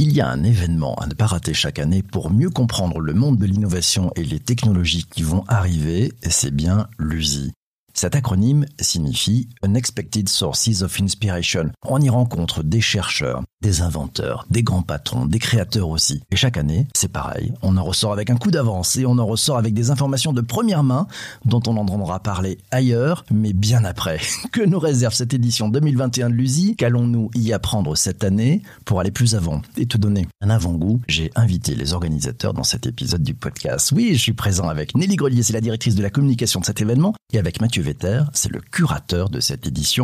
S'il y a un événement à ne pas rater chaque année pour mieux comprendre le monde de l'innovation et les technologies qui vont arriver, c'est bien l'USI. Cet acronyme signifie Unexpected Sources of Inspiration. On y rencontre des chercheurs, des inventeurs, des grands patrons, des créateurs aussi. Et chaque année, c'est pareil. On en ressort avec un coup d'avance et on en ressort avec des informations de première main dont on entendra parler ailleurs, mais bien après. Que nous réserve cette édition 2021 de l'USI? Qu'allons-nous y apprendre cette année pour aller plus avant et te donner un avant-goût? J'ai invité les organisateurs dans cet épisode du podcast. Oui, je suis présent avec Nelly Grelier, c'est la directrice de la communication de cet événement, et avec Mathieu Vetter, c'est le curateur de cette édition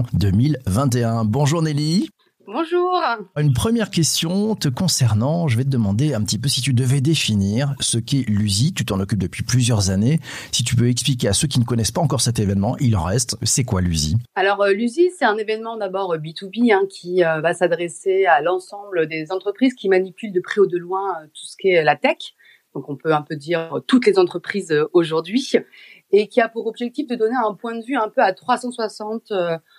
2021. Bonjour Nelly. Bonjour. Une première question te concernant, je vais te demander un petit peu si tu devais définir ce qu'est l'USI, tu t'en occupes depuis plusieurs années, si tu peux expliquer à ceux qui ne connaissent pas encore cet événement, il en reste, c'est quoi l'USI? Alors l'USI, c'est un événement d'abord B2B qui va s'adresser à l'ensemble des entreprises qui manipulent de près ou de loin tout ce qui est la tech, donc on peut un peu dire toutes les entreprises aujourd'hui, et qui a pour objectif de donner un point de vue un peu à 360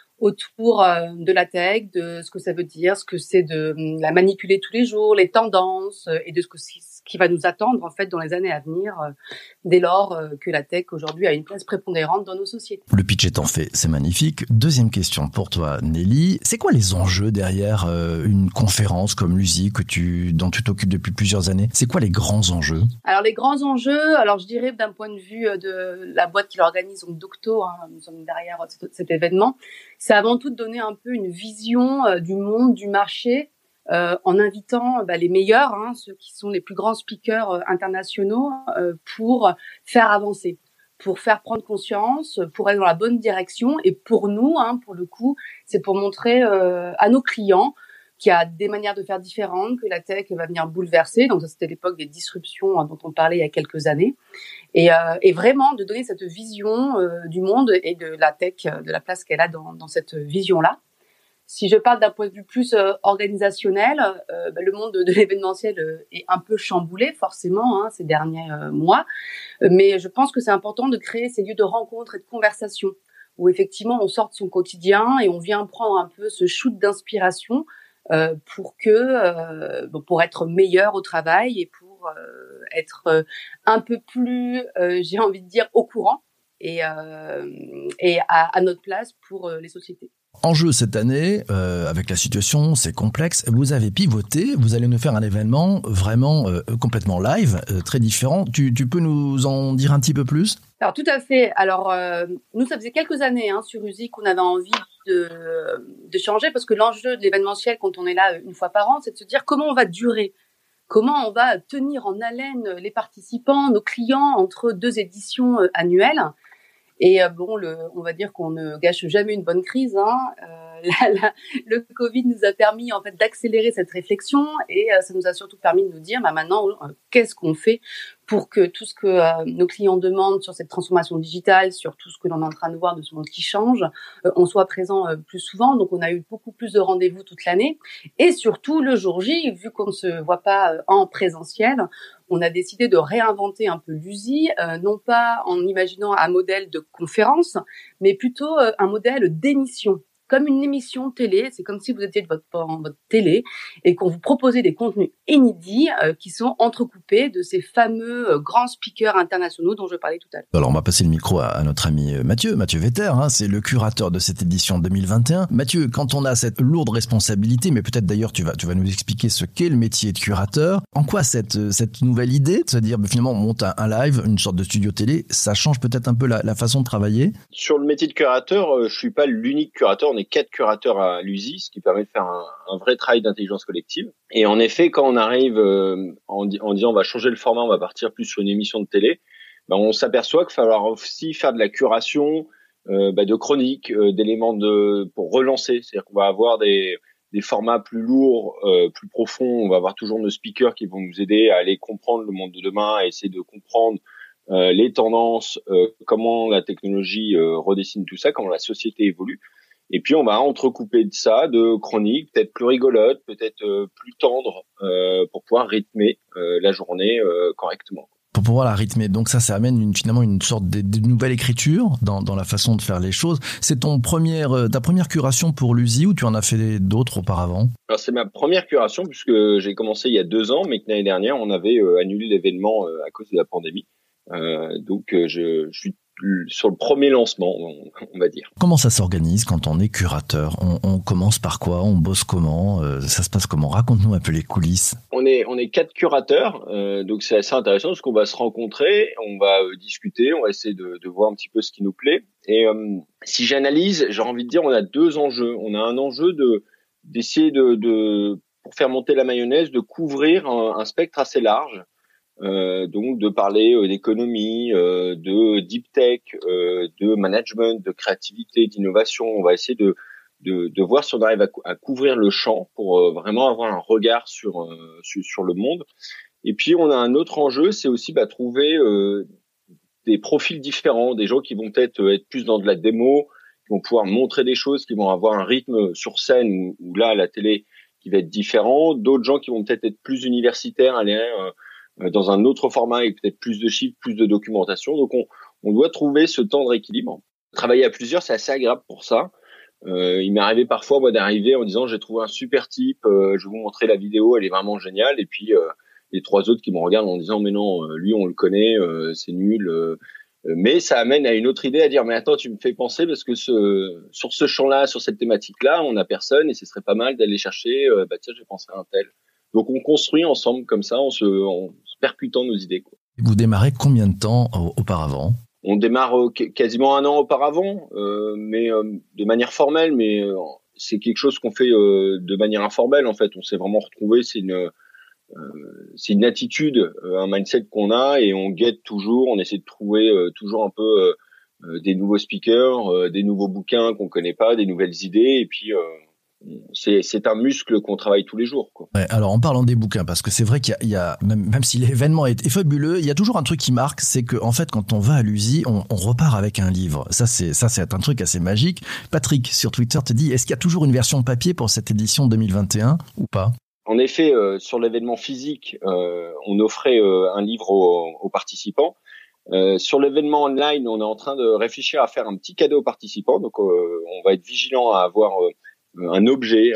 autour de la tech, de ce que ça veut dire, ce que c'est de la manipuler tous les jours, les tendances et de ce qui va nous attendre en fait dans les années à venir dès lors que la tech aujourd'hui a une place prépondérante dans nos sociétés. Le pitch étant fait, c'est magnifique. Deuxième question pour toi Nelly, c'est quoi les enjeux derrière une conférence comme l'USI dont tu t'occupes depuis plusieurs années? C'est quoi les grands enjeux? Alors les grands enjeux, alors je dirais d'un point de vue de la boîte qui l'organise, donc Docto, nous sommes derrière cet événement, c'est avant tout de donner un peu une vision du monde, du marché, en invitant les meilleurs, ceux qui sont les plus grands speakers internationaux, pour faire avancer, pour faire prendre conscience, pour aller dans la bonne direction. Et pour nous, pour le coup, c'est pour montrer à nos clients qu'il y a des manières de faire différentes, que la tech va venir bouleverser. Donc ça, c'était l'époque des disruptions dont on parlait il y a quelques années. Et vraiment de donner cette vision du monde et de la tech, de la place qu'elle a dans cette vision-là. Si je parle d'un point de vue plus organisationnel, le monde de l'événementiel est un peu chamboulé forcément ces derniers mois, mais je pense que c'est important de créer ces lieux de rencontre et de conversation où effectivement on sort de son quotidien et on vient prendre un peu ce shoot d'inspiration pour être meilleur au travail et pour être un peu plus, j'ai envie de dire, au courant et à notre place pour les sociétés. Enjeu cette année, avec la situation, c'est complexe. Vous avez pivoté, vous allez nous faire un événement vraiment complètement live, très différent. Tu peux nous en dire un petit peu plus? Alors tout à fait. Alors nous, ça faisait quelques années sur USI qu'on avait envie de changer parce que l'enjeu de l'événementiel, quand on est là une fois par an, c'est de se dire comment on va durer. Comment on va tenir en haleine les participants, nos clients entre deux éditions annuelles. Et on va dire qu'on ne gâche jamais une bonne crise. Le Covid nous a permis en fait d'accélérer cette réflexion et ça nous a surtout permis de nous dire maintenant qu'est-ce qu'on fait pour que tout ce que nos clients demandent sur cette transformation digitale, sur tout ce que l'on est en train de voir de ce monde qui change, on soit présent plus souvent. Donc on a eu beaucoup plus de rendez-vous toute l'année et surtout le jour J, vu qu'on ne se voit pas en présentiel, on a décidé de réinventer un peu l'USI, non pas en imaginant un modèle de conférence, mais plutôt un modèle d'émission. Comme une émission télé, c'est comme si vous étiez devant votre télé et qu'on vous proposait des contenus inédits qui sont entrecoupés de ces fameux grands speakers internationaux dont je parlais tout à l'heure. Alors on va passer le micro à notre ami Mathieu Vetter, c'est le curateur de cette édition 2021. Mathieu, quand on a cette lourde responsabilité, mais peut-être d'ailleurs tu vas nous expliquer ce qu'est le métier de curateur, en quoi cette nouvelle idée de se dire finalement on monte un live, une sorte de studio télé, ça change peut-être un peu la façon de travailler? Sur le métier de curateur, je suis pas l'unique curateur. On est 4 curateurs à l'USI, ce qui permet de faire un vrai travail d'intelligence collective. Et en effet, quand on arrive en disant on va changer le format, on va partir plus sur une émission de télé, on s'aperçoit qu'il va falloir aussi faire de la curation, de chroniques, d'éléments pour relancer. C'est-à-dire qu'on va avoir des formats plus lourds, plus profonds. On va avoir toujours nos speakers qui vont nous aider à aller comprendre le monde de demain, à essayer de comprendre les tendances, comment la technologie redessine tout ça, comment la société évolue. Et puis on va entrecouper de ça de chroniques, peut-être plus rigolotes, peut-être plus tendres, pour pouvoir rythmer la journée correctement. Pour pouvoir la rythmer. Donc ça amène finalement une sorte de nouvelle écriture dans la façon de faire les choses. C'est ta première curation pour l'USI ou tu en as fait d'autres auparavant? Alors c'est ma première curation puisque j'ai commencé il y a 2 ans, mais que l'année dernière on avait annulé l'événement à cause de la pandémie. Donc je suis sur le premier lancement, on va dire. Comment ça s'organise quand on est curateur? On commence par quoi? On bosse comment? Ça se passe comment? Raconte-nous un peu les coulisses. On est 4 curateurs, donc c'est assez intéressant parce qu'on va se rencontrer, on va discuter, on va essayer de voir un petit peu ce qui nous plaît. Et si j'analyse, j'ai envie de dire, on a 2 enjeux. On a un enjeu d'essayer pour faire monter la mayonnaise, de couvrir un spectre assez large. Donc de parler d'économie, de deep tech, de management, de créativité, d'innovation. On va essayer de voir si on arrive à couvrir le champ pour vraiment avoir un regard sur le monde. Et puis on a un autre enjeu, c'est aussi trouver des profils différents, des gens qui vont peut-être être plus dans de la démo, qui vont pouvoir montrer des choses, qui vont avoir un rythme sur scène ou là à la télé qui va être différent, d'autres gens qui vont peut-être être plus universitaires, aller dans un autre format avec peut-être plus de chiffres, plus de documentation. Donc on doit trouver ce temps de rééquilibre. Travailler à plusieurs, c'est assez agréable pour ça. Il m'est arrivé parfois moi d'arriver en disant j'ai trouvé un super type, je vais vous montrer la vidéo, elle est vraiment géniale, et puis les 3 autres qui me regardent en disant mais non, lui on le connaît, c'est nul. Mais ça amène à une autre idée, à dire mais attends, tu me fais penser parce que sur ce champ-là, sur cette thématique-là, on n'a personne et ce serait pas mal d'aller chercher. Tiens, j'ai pensé à un tel. Donc on construit ensemble comme ça, en se percutant nos idées, quoi. Vous démarrez combien de temps auparavant? On démarre quasiment 1 an auparavant, mais de manière formelle, mais c'est quelque chose qu'on fait de manière informelle en fait. On s'est vraiment retrouvés, c'est une attitude, un mindset qu'on a et on guette toujours, on essaie de trouver toujours un peu des nouveaux speakers, des nouveaux bouquins qu'on connaît pas, des nouvelles idées et puis c'est un muscle qu'on travaille tous les jours, quoi. Ouais, alors en parlant des bouquins, parce que c'est vrai qu'il y a même si l'événement est fabuleux, il y a toujours un truc qui marque, c'est que en fait quand on va à l'USI, on repart avec un livre. Ça c'est un truc assez magique. Patrick sur Twitter te dit, est-ce qu'il y a toujours une version papier pour cette édition 2021 ou pas? En effet, sur l'événement physique, on offrait un livre aux participants. Sur l'événement online, on est en train de réfléchir à faire un petit cadeau aux participants. Donc, on va être vigilant à avoir un objet,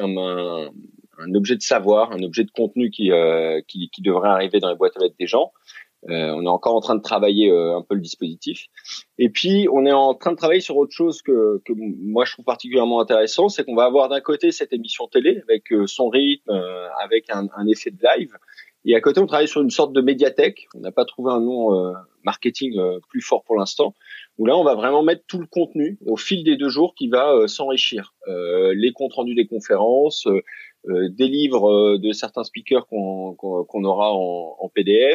un objet de savoir, un objet de contenu qui devrait arriver dans les boîtes aux lettres des gens. On est encore en train de travailler un peu le dispositif. Et puis, on est en train de travailler sur autre chose que moi je trouve particulièrement intéressant, c'est qu'on va avoir d'un côté cette émission télé avec son rythme, avec un effet de live. Et à côté, on travaille sur une sorte de médiathèque. On n'a pas trouvé un nom marketing plus fort pour l'instant. Où là, on va vraiment mettre tout le contenu au fil des 2 jours qui va s'enrichir. Les comptes rendus des conférences, des livres de certains speakers qu'on aura en PDF,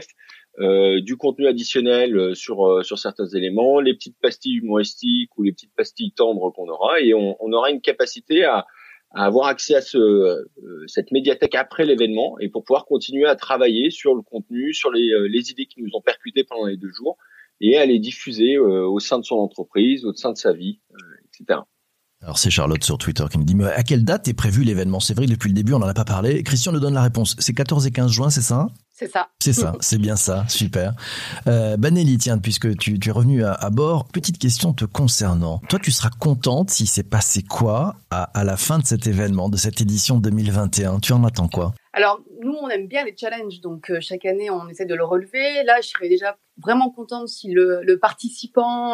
du contenu additionnel sur certains éléments, les petites pastilles humoristiques ou les petites pastilles tendres qu'on aura, et on aura une capacité à avoir accès à cette médiathèque après l'événement et pour pouvoir continuer à travailler sur le contenu, sur les idées qui nous ont percuté pendant les 2 jours et à les diffuser au sein de son entreprise, au sein de sa vie, etc. Alors c'est Charlotte sur Twitter qui nous dit, mais à quelle date est prévu l'événement? C'est vrai que depuis le début on n'en a pas parlé. Christian nous donne la réponse. C'est 14 et 15 juin, c'est ça? C'est ça. C'est ça, c'est bien ça, super. Nelly, tiens, puisque tu es revenu à bord, petite question te concernant. Toi, tu seras contente s'il s'est passé quoi à la fin de cet événement, de cette édition 2021? Tu en attends quoi? Alors, nous, on aime bien les challenges, donc chaque année, on essaie de le relever. Là, je serais déjà vraiment contente si le participant,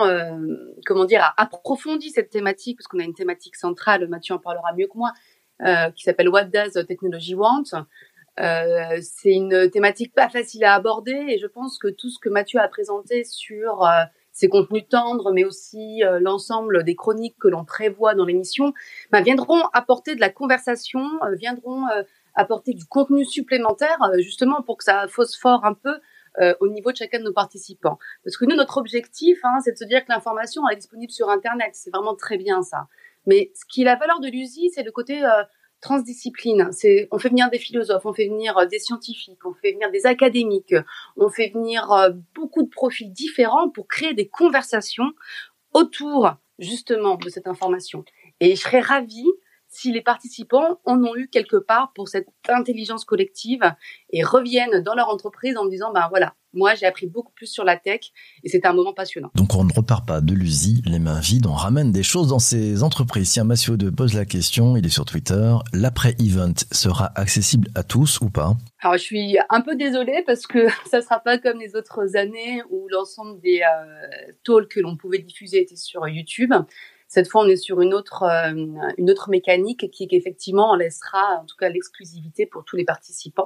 a approfondi cette thématique, parce qu'on a une thématique centrale, Mathieu en parlera mieux que moi, qui s'appelle What Does Technology Want? C'est une thématique pas facile à aborder et je pense que tout ce que Mathieu a présenté sur ses contenus tendres, mais aussi l'ensemble des chroniques que l'on prévoit dans l'émission, viendront apporter de la conversation, viendront apporter du contenu supplémentaire, justement pour que ça phosphore un peu au niveau de chacun de nos participants. Parce que nous, notre objectif, c'est de se dire que l'information elle est disponible sur Internet. C'est vraiment très bien ça. Mais ce qui est la valeur de l'USI, c'est le côté transdiscipline. On fait venir des philosophes, on fait venir des scientifiques, on fait venir des académiques, on fait venir beaucoup de profils différents pour créer des conversations autour justement de cette information. Et je serais ravie si les participants en ont eu quelque part pour cette intelligence collective et reviennent dans leur entreprise en me disant, voilà, moi j'ai appris beaucoup plus sur la tech et c'était un moment passionnant. Donc on ne repart pas de l'USI les mains vides, on ramène des choses dans ces entreprises. Tiens, Massio De pose la question, il est sur Twitter, l'après-event sera accessible à tous ou pas ? Alors je suis un peu désolée parce que ça sera pas comme les autres années où l'ensemble des talks que l'on pouvait diffuser étaient sur YouTube. Cette fois, on est sur une autre mécanique qui est qu'effectivement, on laissera en tout cas l'exclusivité pour tous les participants.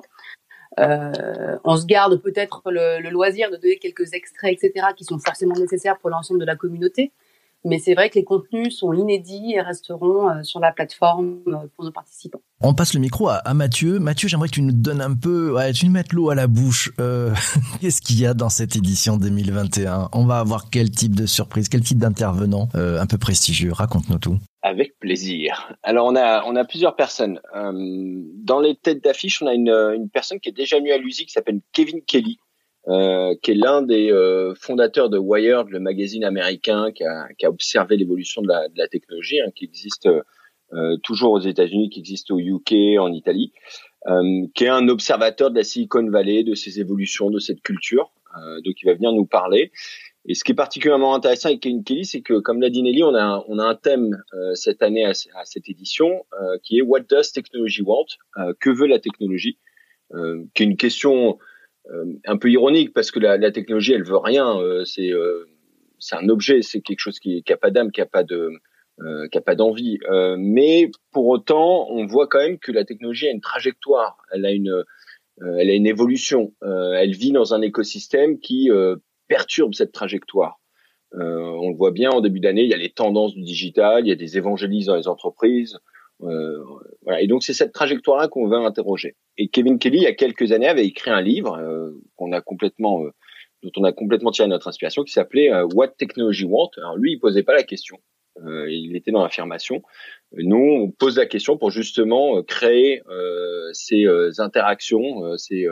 On se garde peut-être le loisir de donner quelques extraits, etc., qui sont forcément nécessaires pour l'ensemble de la communauté. Mais c'est vrai que les contenus sont inédits et resteront sur la plateforme pour nos participants. On passe le micro à Mathieu. Mathieu, j'aimerais que tu nous donnes un peu, tu nous mettes l'eau à la bouche. Qu'est-ce qu'il y a dans cette édition 2021 ? On va avoir quel type de surprise, quel type d'intervenant un peu prestigieux ? Raconte-nous tout. Avec plaisir. Alors on a plusieurs personnes. Dans les têtes d'affiche, on a une personne qui est déjà venue à l'USI qui s'appelle Kevin Kelly, qui est l'un des fondateurs de Wired, le magazine américain qui a observé l'évolution de la technologie, qui existe toujours aux États-Unis, qui existe au UK, en Italie, qui est un observateur de la Silicon Valley, de ses évolutions, de cette culture. Donc il va venir nous parler. Et ce qui est particulièrement intéressant avec Kevin Kelly, c'est que, comme l'a dit Nelly, on a un thème cette année à cette édition qui est What does technology want? Que veut la technologie? Qui est une question un peu ironique parce que la technologie, elle veut rien. C'est un objet, c'est quelque chose qui a pas d'âme, qui a pas d'envie. Mais pour autant, on voit quand même que la technologie a une trajectoire. Elle a une évolution. Elle vit dans un écosystème qui perturbe cette trajectoire. On le voit bien en début d'année, il y a les tendances du digital, il y a des évangélistes dans les entreprises. Voilà. Et donc c'est cette trajectoire-là qu'on veut interroger. Et Kevin Kelly, il y a quelques années, avait écrit un livre dont on a complètement tiré notre inspiration, qui s'appelait What Technology Want. Alors lui, il posait pas la question. Il était dans l'affirmation. Nous, on pose la question pour justement créer ces interactions,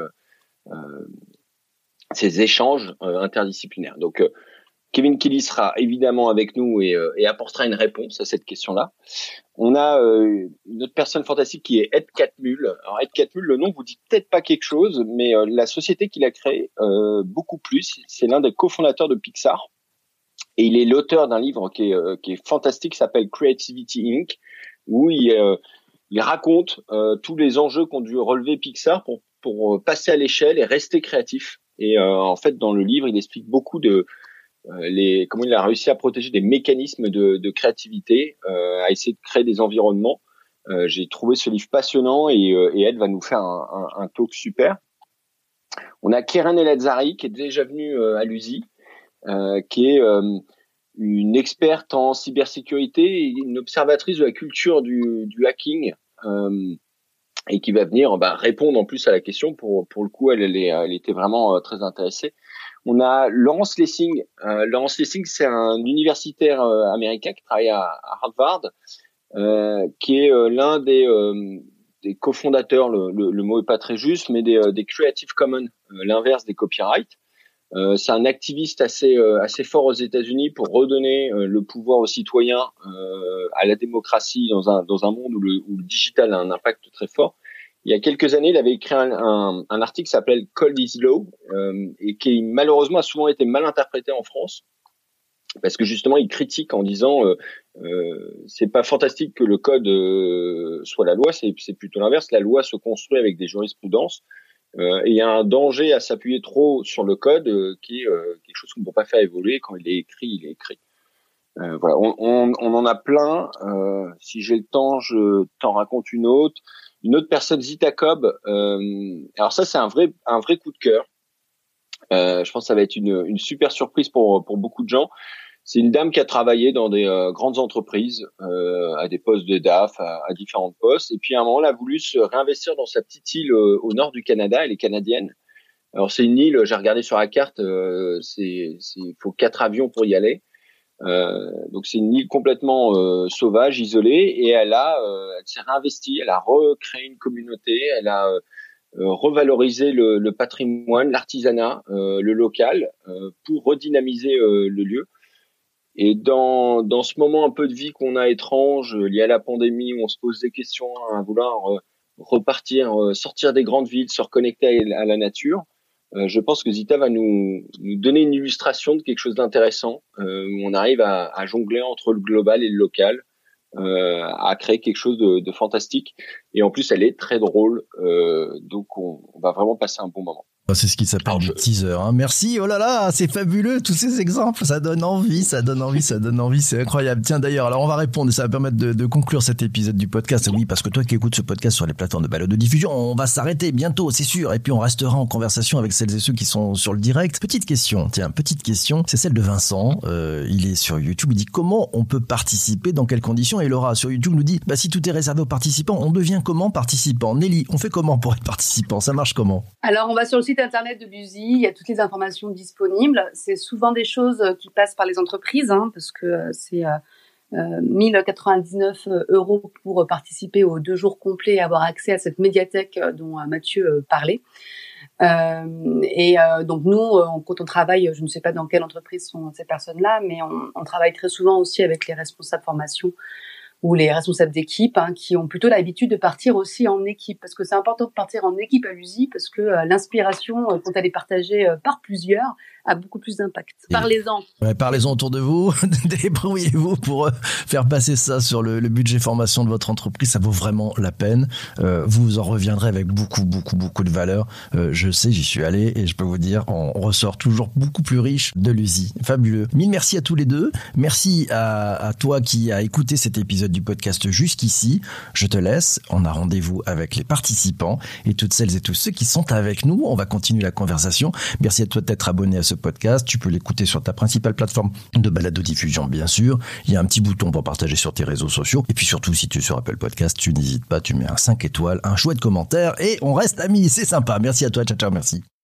ces échanges interdisciplinaires. Donc, Kevin Kelly sera évidemment avec nous et apportera une réponse à cette question-là. On a une autre personne fantastique qui est Ed Catmull. Alors, Ed Catmull, le nom vous dit peut-être pas quelque chose, mais la société qu'il a créée, beaucoup plus. C'est l'un des cofondateurs de Pixar. Et il est l'auteur d'un livre qui est fantastique, qui s'appelle Creativity Inc., où il raconte tous les enjeux qu'ont dû relever Pixar pour passer à l'échelle et rester créatif. Et en fait, dans le livre, il explique beaucoup de comment il a réussi à protéger des mécanismes de créativité, à essayer de créer des environnements. J'ai trouvé ce livre passionnant et Ed va nous faire un talk super. On a Keren El-Azzari qui est déjà venue à l'USI, qui est une experte en cybersécurité et une observatrice de la culture du hacking, et qui va venir répondre en plus à la question. Pour le coup, elle était vraiment très intéressée. On a Lawrence Lessig. Lawrence Lessig, c'est un universitaire américain qui travaille à Harvard, qui est l'un des cofondateurs, le mot est pas très juste, mais des Creative Commons, l'inverse des copyrights. C'est un activiste assez fort aux États-Unis pour redonner le pouvoir aux citoyens, à la démocratie dans un monde où le digital a un impact très fort. Il y a quelques années, il avait écrit un article qui s'appelle Code is Law, et qui malheureusement a souvent été mal interprété en France, parce que justement il critique en disant c'est pas fantastique que le code soit la loi, c'est plutôt l'inverse. La loi se construit avec des jurisprudences. Et il y a un danger à s'appuyer trop sur le code, qui est quelque chose qu'on ne peut pas faire évoluer. Quand il est écrit, il est écrit. Voilà, on en a plein. Si j'ai le temps, je t'en raconte une autre. Une autre personne, Zita Cobb. Alors ça, c'est un vrai coup de cœur. Je pense que ça va être une super surprise pour beaucoup de gens. C'est une dame qui a travaillé dans des grandes entreprises, à des postes de DAF, à différents postes. Et puis à un moment, elle a voulu se réinvestir dans sa petite île au nord du Canada. Elle est canadienne. Alors c'est une île, j'ai regardé sur la carte, il faut 4 avions pour y aller. Donc c'est une île complètement sauvage, isolée. Et elle s'est réinvestie. Elle a recréé une communauté. Elle a revaloriser le patrimoine, l'artisanat, le local, pour redynamiser le lieu. Et dans ce moment un peu de vie qu'on a étrange, lié à la pandémie, où on se pose des questions, à vouloir repartir, sortir des grandes villes, se reconnecter à la nature, je pense que Zita va nous donner une illustration de quelque chose d'intéressant, où on arrive à jongler entre le global et le local, à créer quelque chose de fantastique. Et en plus, elle est très drôle, donc on va vraiment passer un bon moment. C'est ce qui s'appelle du teaser, hein. Merci, oh là là, c'est fabuleux, tous ces exemples, ça donne envie, c'est incroyable. Tiens, d'ailleurs, alors on va répondre et ça va permettre de conclure cet épisode du podcast. Oui, parce que toi qui écoutes ce podcast sur les plateformes de balado diffusion, on va s'arrêter bientôt, c'est sûr, et puis on restera en conversation avec celles et ceux qui sont sur le direct. Petite question, c'est celle de Vincent, il est sur YouTube, il dit comment on peut participer, dans quelles conditions, et Laura sur YouTube nous dit, si tout est réservé aux participants, on devient comment participant? Nelly, on fait comment pour être participant? Ça marche comment? Alors, on va sur le site internet de l'USI, il y a toutes les informations disponibles. C'est souvent des choses qui passent par les entreprises, parce que c'est 1099 € pour participer aux 2 jours complets et avoir accès à cette médiathèque dont Mathieu parlait. Donc nous, quand on travaille, je ne sais pas dans quelle entreprise sont ces personnes-là, mais on travaille très souvent aussi avec les responsables formation ou les responsables d'équipe, qui ont plutôt l'habitude de partir aussi en équipe, parce que c'est important de partir en équipe à l'USI, parce que l'inspiration, quand elle est partagée par plusieurs, a beaucoup plus d'impact. Parlez-en. Ouais, parlez-en autour de vous, débrouillez-vous pour faire passer ça sur le budget formation de votre entreprise, ça vaut vraiment la peine. Vous en reviendrez avec beaucoup de valeur. Je sais, j'y suis allé et je peux vous dire, on ressort toujours beaucoup plus riche de l'USI. Fabuleux. Mille merci à tous les deux. Merci à toi qui as écouté cet épisode du podcast jusqu'ici. Je te laisse. On a rendez-vous avec les participants et toutes celles et tous ceux qui sont avec nous. On va continuer la conversation. Merci à toi d'être abonné à ce podcast. Tu peux l'écouter sur ta principale plateforme de balado-diffusion, bien sûr. Il y a un petit bouton pour partager sur tes réseaux sociaux. Et puis surtout, si tu es sur Apple Podcast, tu n'hésites pas, tu mets un 5 étoiles, un chouette commentaire et on reste amis. C'est sympa. Merci à toi. Ciao, ciao, merci.